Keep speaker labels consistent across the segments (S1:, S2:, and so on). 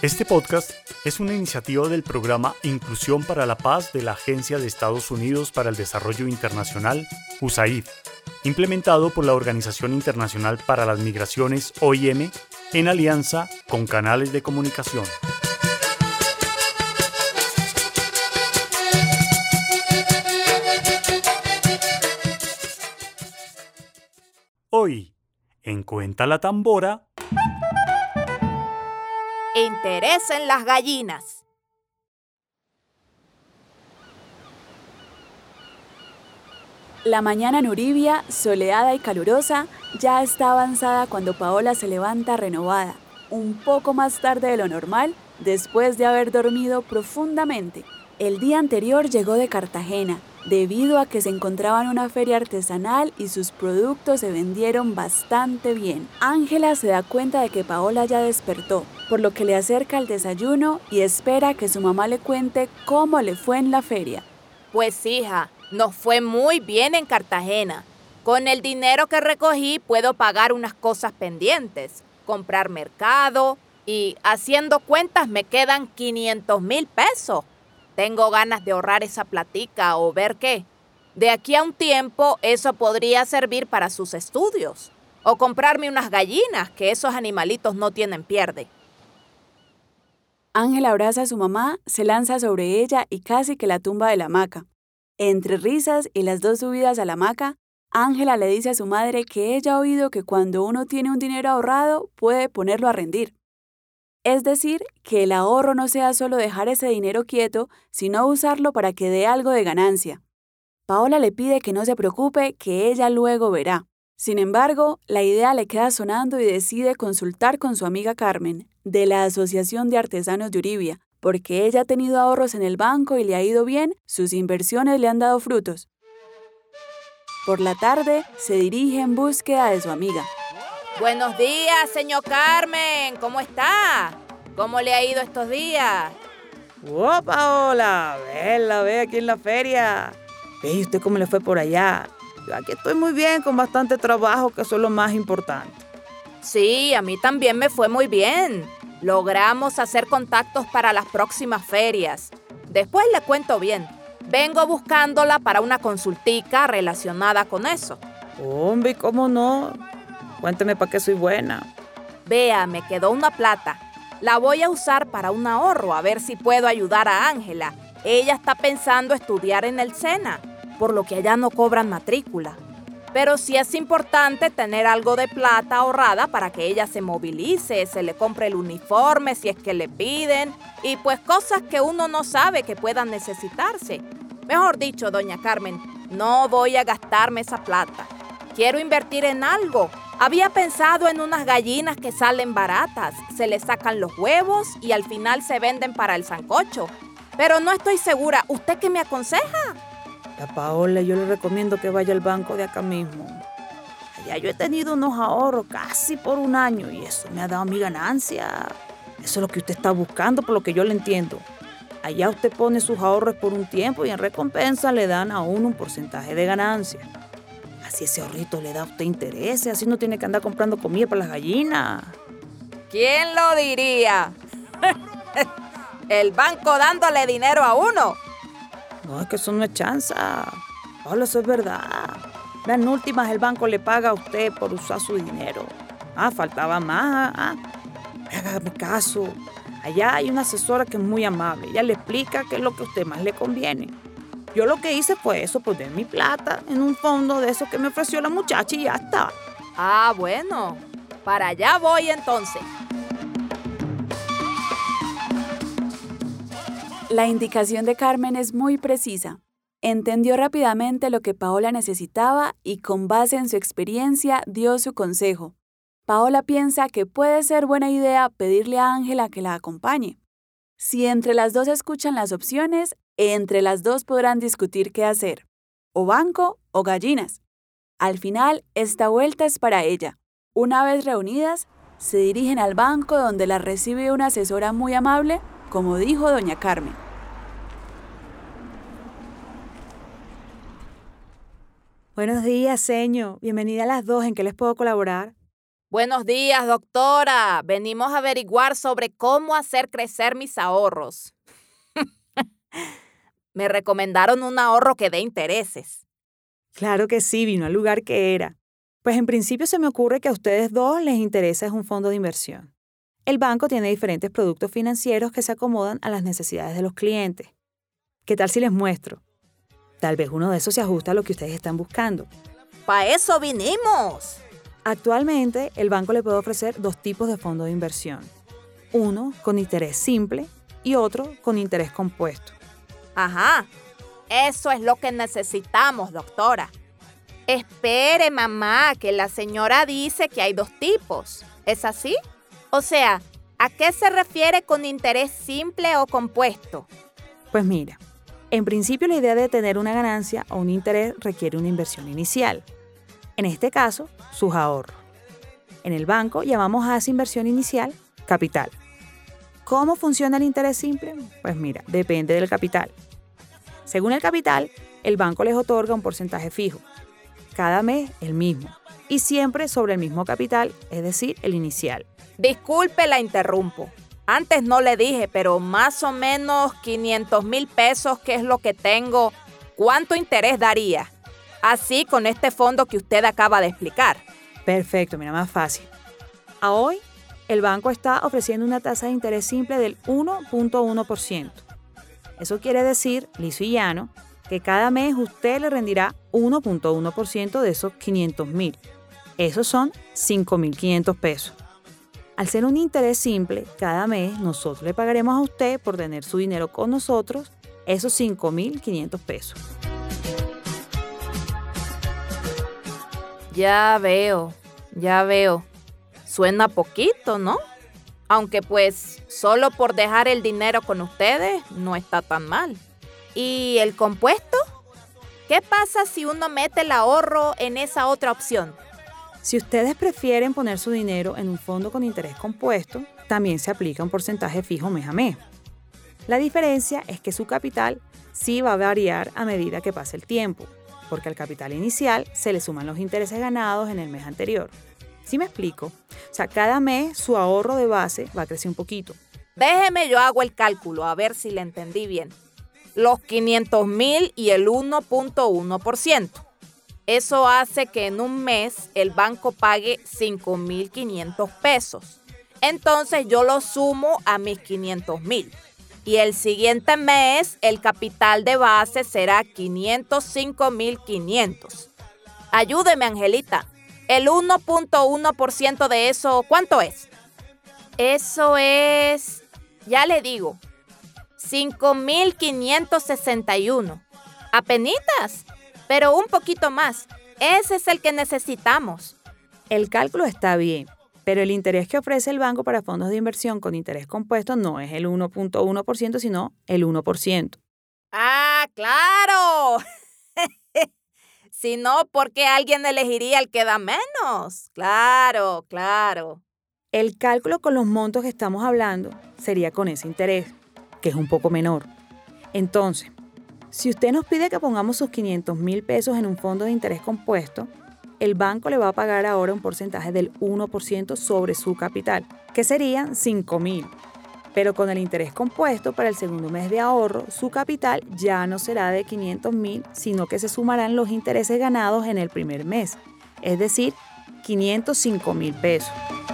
S1: Este podcast es una iniciativa del programa Inclusión para la Paz de la Agencia de Estados Unidos para el Desarrollo Internacional, USAID, implementado por la Organización Internacional para las Migraciones, OIM, en alianza con canales de comunicación. Hoy, en Cuenta la Tambora,
S2: interés en las gallinas.
S3: La mañana en Uribia, soleada y calurosa, ya está avanzada cuando Paola se levanta renovada, un poco más tarde de lo normal, después de haber dormido profundamente. El día anterior llegó de Cartagena, debido a que se encontraba en una feria artesanal y sus productos se vendieron bastante bien. Ángela se da cuenta de que Paola ya despertó, por lo que le acerca el desayuno y espera que su mamá le cuente cómo le fue en la feria.
S2: Pues hija, nos fue muy bien en Cartagena. Con el dinero que recogí puedo pagar unas cosas pendientes, comprar mercado y haciendo cuentas me quedan 500,000 pesos. Tengo ganas de ahorrar esa platica o ver qué. De aquí a un tiempo eso podría servir para sus estudios. O comprarme unas gallinas, que esos animalitos no tienen pierde.
S3: Ángela abraza a su mamá, se lanza sobre ella y casi que la tumba de la hamaca. Entre risas y las dos subidas a la hamaca, Ángela le dice a su madre que ella ha oído que cuando uno tiene un dinero ahorrado puede ponerlo a rendir. Es decir, que el ahorro no sea solo dejar ese dinero quieto, sino usarlo para que dé algo de ganancia. Paola le pide que no se preocupe, que ella luego verá. Sin embargo, la idea le queda sonando y decide consultar con su amiga Carmen, de la Asociación de Artesanos de Uribia, porque ella ha tenido ahorros en el banco y le ha ido bien, sus inversiones le han dado frutos. Por la tarde, se dirige en búsqueda de su amiga.
S2: Buenos días, señor Carmen. ¿Cómo está? ¿Cómo le ha ido estos días?
S4: ¡Oh, Paola! La ve aquí en la feria. ¿Y usted cómo le fue por allá? Yo aquí estoy muy bien, con bastante trabajo, que eso es lo más importante.
S2: Sí, a mí también me fue muy bien. Logramos hacer contactos para las próximas ferias. Después le cuento bien. Vengo buscándola para una consultica relacionada con eso.
S4: Hombre, ¿cómo no? Cuénteme para qué soy buena.
S2: Vea, me quedó una plata. La voy a usar para un ahorro, a ver si puedo ayudar a Ángela. Ella está pensando estudiar en el SENA, por lo que allá no cobran matrícula. Pero sí es importante tener algo de plata ahorrada para que ella se movilice, se le compre el uniforme si es que le piden, y pues cosas que uno no sabe que puedan necesitarse. Mejor dicho, doña Carmen, no voy a gastarme esa plata. Quiero invertir en algo. Había pensado en unas gallinas que salen baratas, se les sacan los huevos y al final se venden para el sancocho. Pero no estoy segura. ¿Usted qué me aconseja?
S4: A Paola, yo le recomiendo que vaya al banco de acá mismo. Allá yo he tenido unos ahorros casi por un año y eso me ha dado mi ganancia. Eso es lo que usted está buscando, por lo que yo le entiendo. Allá usted pone sus ahorros por un tiempo y en recompensa le dan a uno un porcentaje de ganancia. Así ese ahorrito le da a usted interés, así no tiene que andar comprando comida para las gallinas.
S2: ¿Quién lo diría? El banco dándole dinero a uno.
S4: No, es que eso no es chanza. Paola, eso es verdad. En últimas, el banco le paga a usted por usar su dinero. Faltaba más. Hágame caso. Allá hay una asesora que es muy amable. Ella le explica qué es lo que a usted más le conviene. Yo lo que hice fue eso, poner mi plata en un fondo de eso que me ofreció la muchacha y ya está.
S2: Bueno. Para allá voy entonces.
S3: La indicación de Carmen es muy precisa. Entendió rápidamente lo que Paola necesitaba y con base en su experiencia dio su consejo. Paola piensa que puede ser buena idea pedirle a Ángela que la acompañe. Si entre las dos escuchan las opciones, entre las dos podrán discutir qué hacer, o banco o gallinas. Al final, esta vuelta es para ella. Una vez reunidas, se dirigen al banco donde las recibe una asesora muy amable, como dijo doña Carmen.
S5: Buenos días, señor. Bienvenida a las dos. ¿En qué les puedo colaborar?
S2: Buenos días, doctora. Venimos a averiguar sobre cómo hacer crecer mis ahorros. Me recomendaron un ahorro que dé intereses.
S4: Claro que sí, vino al lugar que era. Pues en principio se me ocurre que a ustedes dos les interesa es un fondo de inversión. El banco tiene diferentes productos financieros que se acomodan a las necesidades de los clientes. ¿Qué tal si les muestro? Tal vez uno de esos se ajusta a lo que ustedes están buscando.
S2: ¡Pa' eso vinimos!
S4: Actualmente, el banco le puede ofrecer dos tipos de fondo de inversión. Uno con interés simple y otro con interés compuesto.
S2: Ajá, eso es lo que necesitamos, doctora. Espere, mamá, que la señora dice que hay dos tipos. ¿Es así? O sea, ¿a qué se refiere con interés simple o compuesto?
S4: Pues mira, en principio la idea de tener una ganancia o un interés requiere una inversión inicial. En este caso, sus ahorros. En el banco llamamos a esa inversión inicial capital. ¿Cómo funciona el interés simple? Pues mira, depende del capital. Según el capital, el banco les otorga un porcentaje fijo. Cada mes el mismo. Y siempre sobre el mismo capital, es decir, el inicial.
S2: Disculpe, la interrumpo. Antes no le dije, pero más o menos 500,000 pesos, que es lo que tengo, ¿cuánto interés daría? Así con este fondo que usted acaba de explicar.
S4: Perfecto, mira, más fácil. A hoy, el banco está ofreciendo una tasa de interés simple del 1.1%. Eso quiere decir, liso y llano, que cada mes usted le rendirá 1.1% de esos 500,000. Esos son 5.500 pesos. Al ser un interés simple, cada mes nosotros le pagaremos a usted por tener su dinero con nosotros esos 5.500 pesos.
S2: Ya veo. Suena poquito, ¿no? Aunque pues solo por dejar el dinero con ustedes no está tan mal. ¿Y el compuesto? ¿Qué pasa si uno mete el ahorro en esa otra opción?
S4: Si ustedes prefieren poner su dinero en un fondo con interés compuesto, también se aplica un porcentaje fijo mes a mes. La diferencia es que su capital sí va a variar a medida que pase el tiempo, porque al capital inicial se le suman los intereses ganados en el mes anterior. ¿Sí me explico? O sea, cada mes su ahorro de base va a crecer un poquito.
S2: Déjeme, yo hago el cálculo, a ver si le entendí bien. Los 500,000 y el 1.1%. Eso hace que en un mes el banco pague 5.500 pesos. Entonces yo lo sumo a mis 500,000. Y el siguiente mes el capital de base será 505.500. Ayúdeme, Angelita. El 1.1% de eso, ¿cuánto es? Eso es, ya le digo, 5.561. Apenitas, pero un poquito más. Ese es el que necesitamos.
S4: El cálculo está bien, pero el interés que ofrece el banco para fondos de inversión con interés compuesto no es el 1.1%, sino el 1%.
S2: ¡Ah, claro! Si no, ¿por qué alguien elegiría el que da menos? Claro.
S4: El cálculo con los montos que estamos hablando sería con ese interés, que es un poco menor. Entonces, si usted nos pide que pongamos sus 500,000 pesos en un fondo de interés compuesto, el banco le va a pagar ahora un porcentaje del 1% sobre su capital, que serían 5,000. Pero con el interés compuesto para el segundo mes de ahorro, su capital ya no será de 500,000, sino que se sumarán los intereses ganados en el primer mes, es decir, 505,000 pesos.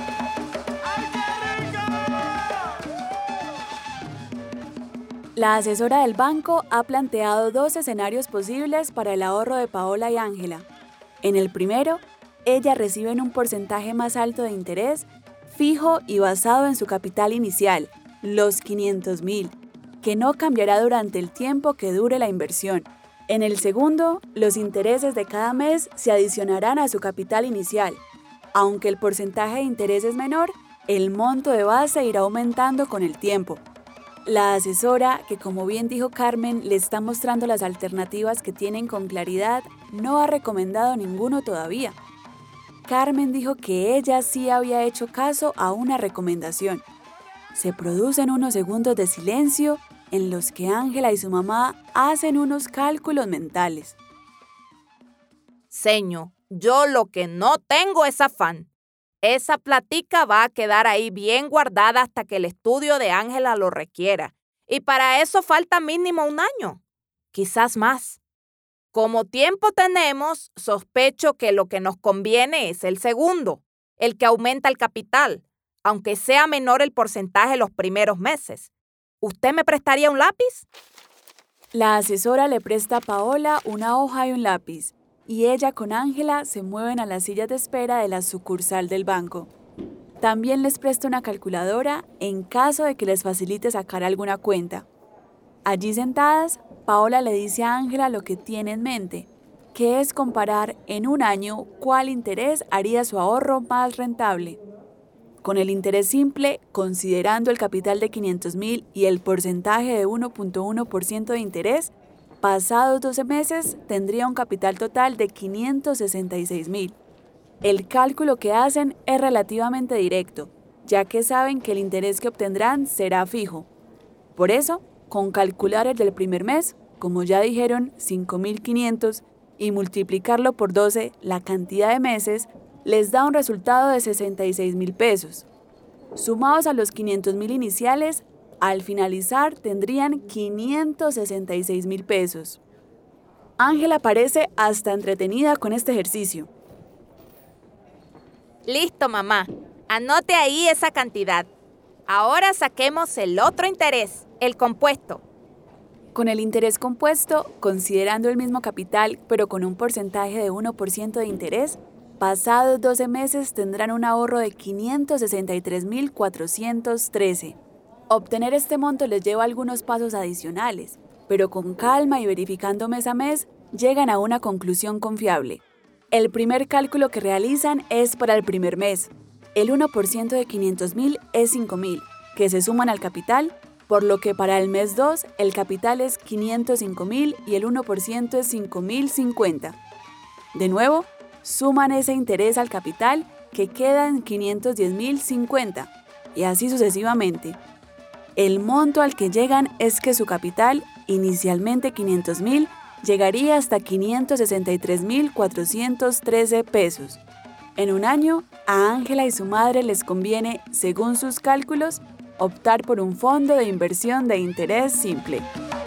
S3: La asesora del banco ha planteado dos escenarios posibles para el ahorro de Paola y Ángela. En el primero, ellas reciben un porcentaje más alto de interés, fijo y basado en su capital inicial, los 500,000, que no cambiará durante el tiempo que dure la inversión. En el segundo, los intereses de cada mes se adicionarán a su capital inicial. Aunque el porcentaje de interés es menor, el monto de base irá aumentando con el tiempo. La asesora, que como bien dijo Carmen, le está mostrando las alternativas que tienen con claridad, no ha recomendado ninguno todavía. Carmen dijo que ella sí había hecho caso a una recomendación. Se producen unos segundos de silencio en los que Ángela y su mamá hacen unos cálculos mentales.
S2: Señor, yo lo que no tengo es afán. Esa platica va a quedar ahí bien guardada hasta que el estudio de Ángela lo requiera. Y para eso falta mínimo 1 año, quizás más. Como tiempo tenemos, sospecho que lo que nos conviene es el segundo, el que aumenta el capital, aunque sea menor el porcentaje los primeros meses. ¿Usted me prestaría un lápiz?
S3: La asesora le presta a Paola una hoja y un lápiz, y ella con Ángela se mueven a las sillas de espera de la sucursal del banco. También les presta una calculadora en caso de que les facilite sacar alguna cuenta. Allí sentadas, Paola le dice a Ángela lo que tiene en mente, que es comparar en 1 año cuál interés haría su ahorro más rentable. Con el interés simple, considerando el capital de 500,000 y el porcentaje de 1.1% de interés, pasados 12 meses tendría un capital total de 566,000. El cálculo que hacen es relativamente directo, ya que saben que el interés que obtendrán será fijo. Por eso, con calcular el del primer mes, como ya dijeron, 5,500, y multiplicarlo por 12, la cantidad de meses, les da un resultado de 66,000 pesos. Sumados a los 500,000 iniciales, al finalizar tendrían 566,000 pesos. Ángela parece hasta entretenida con este ejercicio.
S2: Listo, mamá. Anote ahí esa cantidad. Ahora saquemos el otro interés, el compuesto.
S3: Con el interés compuesto, considerando el mismo capital, pero con un porcentaje de 1% de interés, pasados 12 meses tendrán un ahorro de 563,413. Obtener este monto les lleva algunos pasos adicionales, pero con calma y verificando mes a mes, llegan a una conclusión confiable. El primer cálculo que realizan es para el primer mes. El 1% de 500,000 es 5,000, que se suman al capital, por lo que para el mes 2 el capital es 505,000 y el 1% es 5,050. De nuevo, suman ese interés al capital, que queda en 510,050, y así sucesivamente. El monto al que llegan es que su capital, inicialmente 500,000, llegaría hasta 563,413 pesos. En 1 año, a Ángela y su madre les conviene, según sus cálculos, optar por un fondo de inversión de interés simple.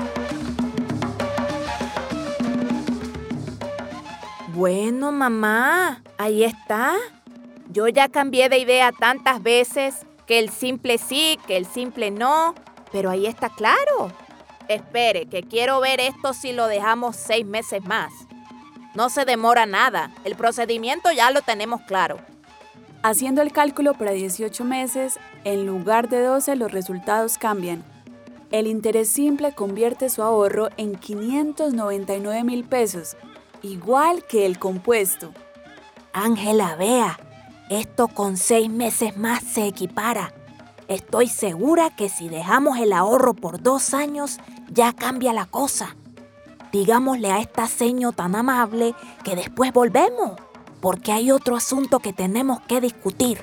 S2: Bueno, mamá, ahí está. Yo ya cambié de idea tantas veces, que el simple sí, que el simple no, pero ahí está claro. Espere, que quiero ver esto si lo dejamos 6 meses más. No se demora nada, el procedimiento ya lo tenemos claro.
S3: Haciendo el cálculo para 18 meses, en lugar de 12 los resultados cambian. El interés simple convierte su ahorro en 599,000 pesos, igual que el compuesto.
S2: Ángela, vea, esto con 6 meses más se equipara. Estoy segura que si dejamos el ahorro por 2 años, ya cambia la cosa. Digámosle a esta seño tan amable que después volvemos, porque hay otro asunto que tenemos que discutir.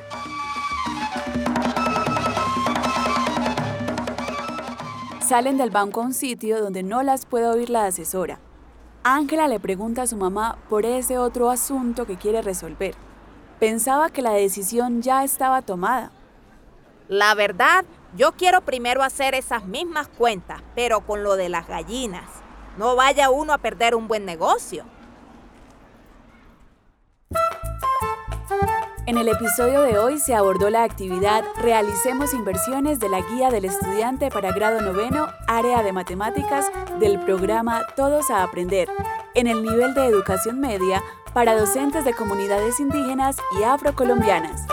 S3: Salen del banco a un sitio donde no las puede oír la asesora. Ángela le pregunta a su mamá por ese otro asunto que quiere resolver. Pensaba que la decisión ya estaba tomada.
S2: La verdad, yo quiero primero hacer esas mismas cuentas, pero con lo de las gallinas. No vaya uno a perder un buen negocio.
S3: En el episodio de hoy se abordó la actividad Realicemos Inversiones de la Guía del Estudiante para Grado 9, Área de Matemáticas del programa Todos a Aprender, en el nivel de educación media para docentes de comunidades indígenas y afrocolombianas.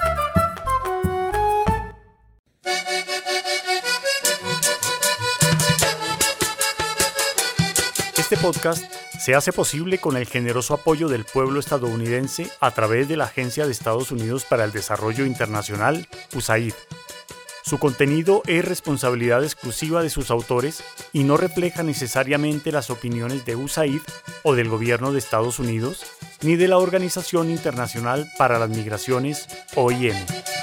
S1: Este podcast se hace posible con el generoso apoyo del pueblo estadounidense a través de la Agencia de Estados Unidos para el Desarrollo Internacional, USAID. Su contenido es responsabilidad exclusiva de sus autores y no refleja necesariamente las opiniones de USAID o del Gobierno de Estados Unidos, ni de la Organización Internacional para las Migraciones, OIM.